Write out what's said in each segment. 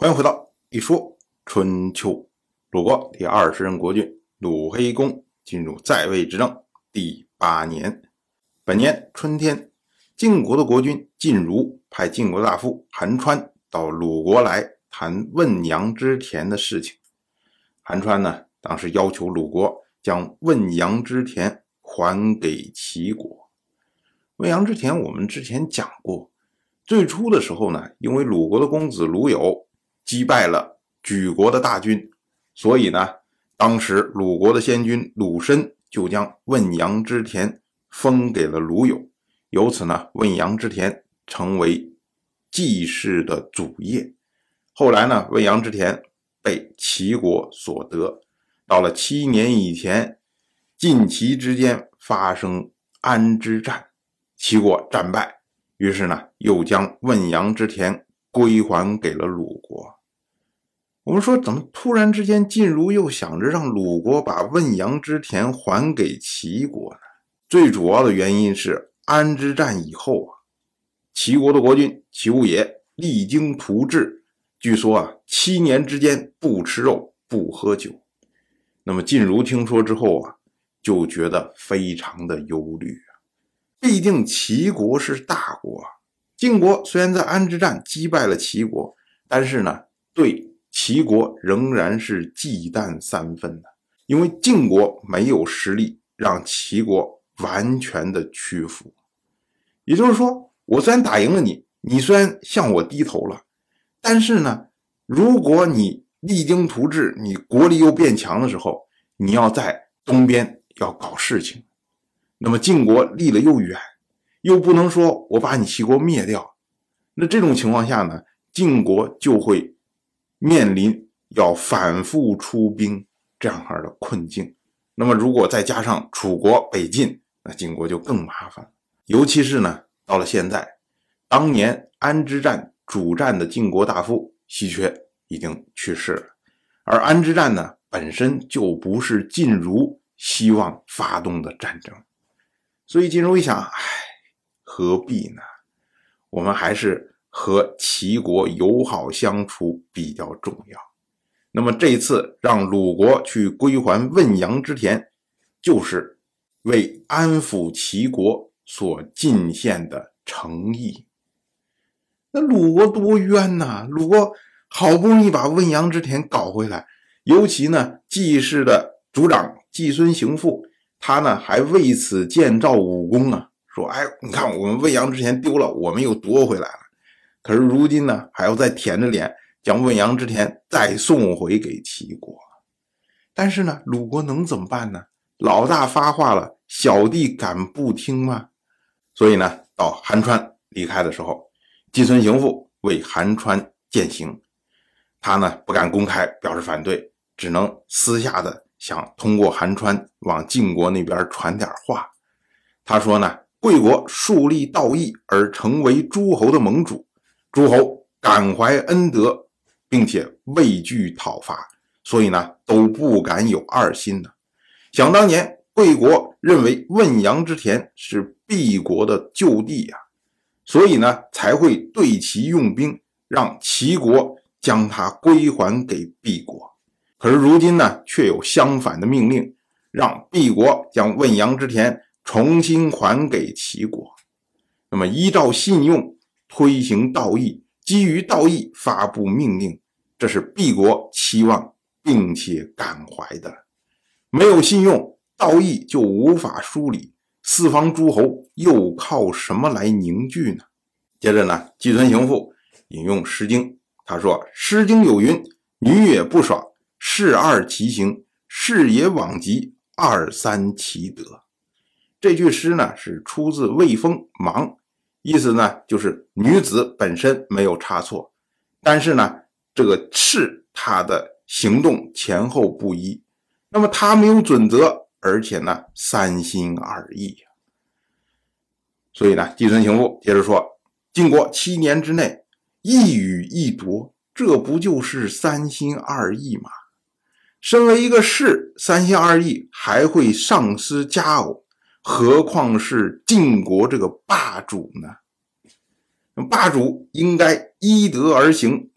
欢迎回到一说春秋。鲁国第20任国君鲁黑公进入在位执政第8年。本年春天，晋国的国君晋如派晋国大夫韩川到鲁国来谈汶阳之田的事情。韩川呢，当时要求鲁国将汶阳之田还给齐国。汶阳之田我们之前讲过，最初的时候呢，因为鲁国的公子鲁友击败了莒国的大军，所以呢，当时鲁国的先君鲁申就将汶阳之田封给了鲁友，由此呢，汶阳之田成为季氏的祖业。后来呢，汶阳之田被齐国所得，到了7年以前，晋齐之间发生安之战，齐国战败，于是呢，又将汶阳之田归还给了鲁国。我们说怎么突然之间晋如又想着让鲁国把汶阳之田还给齐国呢？最主要的原因是安之战以后齐国的国君齐武野励精图治，据说7年之间不吃肉不喝酒。那么晋如听说之后就觉得非常的忧虑毕竟齐国是大国晋国虽然在安之战击败了齐国，但是呢，对齐国仍然是忌惮3分的，因为晋国没有实力让齐国完全的屈服。也就是说，我虽然打赢了你，你虽然向我低头了，但是呢，如果你励精图治，你国力又变强的时候，你要在东边要搞事情。那么晋国离了又远，又不能说我把你齐国灭掉，那这种情况下呢，晋国就会面临要反复出兵这样的困境。那么如果再加上楚国北进，那晋国就更麻烦。尤其是呢，到了现在，当年安之战主战的晋国大夫西缺已经去世了，而安之战呢，本身就不是晋如希望发动的战争。所以晋如一想，何必呢？我们还是和齐国友好相处比较重要。那么这一次让鲁国去归还汶阳之田，就是为安抚齐国所尽献的诚意。那鲁国多冤呐！鲁国好不容易把汶阳之田搞回来，尤其呢，季氏的族长季孙行父，他呢还为此建造武功说你看我们汶阳之田丢了，我们又夺回来了。可是如今呢，还要再舔着脸将汶阳之田再送回给齐国。但是呢，鲁国能怎么办呢？老大发话了，小弟敢不听吗？所以呢，到韩川离开的时候，季孙行父为韩川饯行，他呢不敢公开表示反对，只能私下的想通过韩川往晋国那边传点话。他说呢，贵国树立道义而成为诸侯的盟主，诸侯感怀恩德，并且畏惧讨伐，所以呢都不敢有二心的。想当年贵国认为汶阳之田是敝国的旧地所以呢才会对其用兵，让齐国将它归还给敝国。可是如今呢，却有相反的命令，让敝国将汶阳之田重新还给齐国。那么依照信用推行道义，基于道义发布命令，这是敝国期望并且感怀的。没有信用，道义就无法梳理，四方诸侯又靠什么来凝聚呢？接着呢，季孙行父引用诗经，他说诗经有云，女也不爽，事二其行，事也往极，二三其德。这句诗呢是出自魏风芒，意思呢就是女子本身没有差错，但是呢这个事她的行动前后不一，那么她没有准则，而且呢三心二意所以呢季孙行父接着说，晋国7年之内一语一夺，这不就是三心二意吗？身为一个士，三心二意还会丧失佳偶，何况是晋国这个霸主呢？霸主应该依德而行，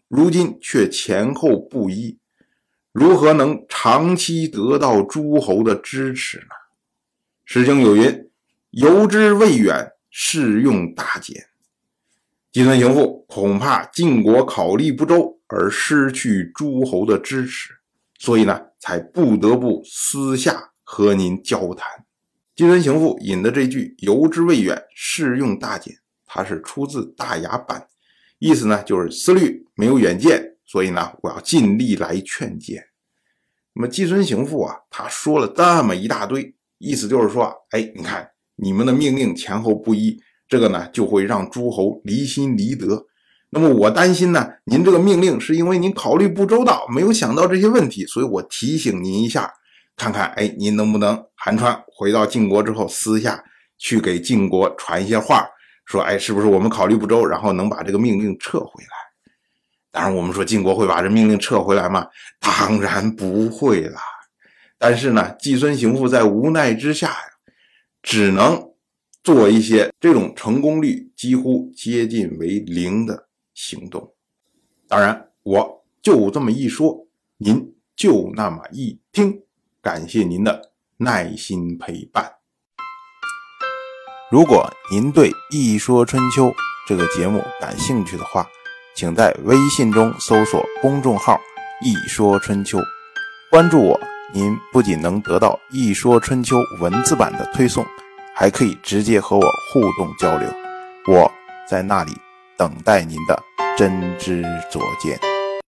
如今却前后不一，如何能长期得到诸侯的支持呢？诗经有云，由之未远，士用大减。季孙行父恐怕晋国考虑不周而失去诸侯的支持，所以呢，才不得不私下和您交谈。季孙行父引的这句由之未远，士用大减，它是出自大雅版，意思呢就是思虑没有远见，所以呢我要尽力来劝谏。那么季孙行父啊，他说了这么一大堆，意思就是说，你看你们的命令前后不一，这个呢就会让诸侯离心离德。那么我担心呢，您这个命令是因为您考虑不周到，没有想到这些问题，所以我提醒您一下，看看您能不能韩川回到晋国之后私下去给晋国传一些话，说是不是我们考虑不周，然后能把这个命令撤回来。当然我们说晋国会把这命令撤回来吗？当然不会啦。但是呢，季孙行父在无奈之下只能做一些这种成功率几乎接近为0的行动。当然我就这么一说，您就那么一听，感谢您的耐心陪伴。如果您对《一说春秋》这个节目感兴趣的话，请在微信中搜索公众号“一说春秋”，关注我，您不仅能得到《一说春秋》文字版的推送，还可以直接和我互动交流，我在那里等待您的真知灼见。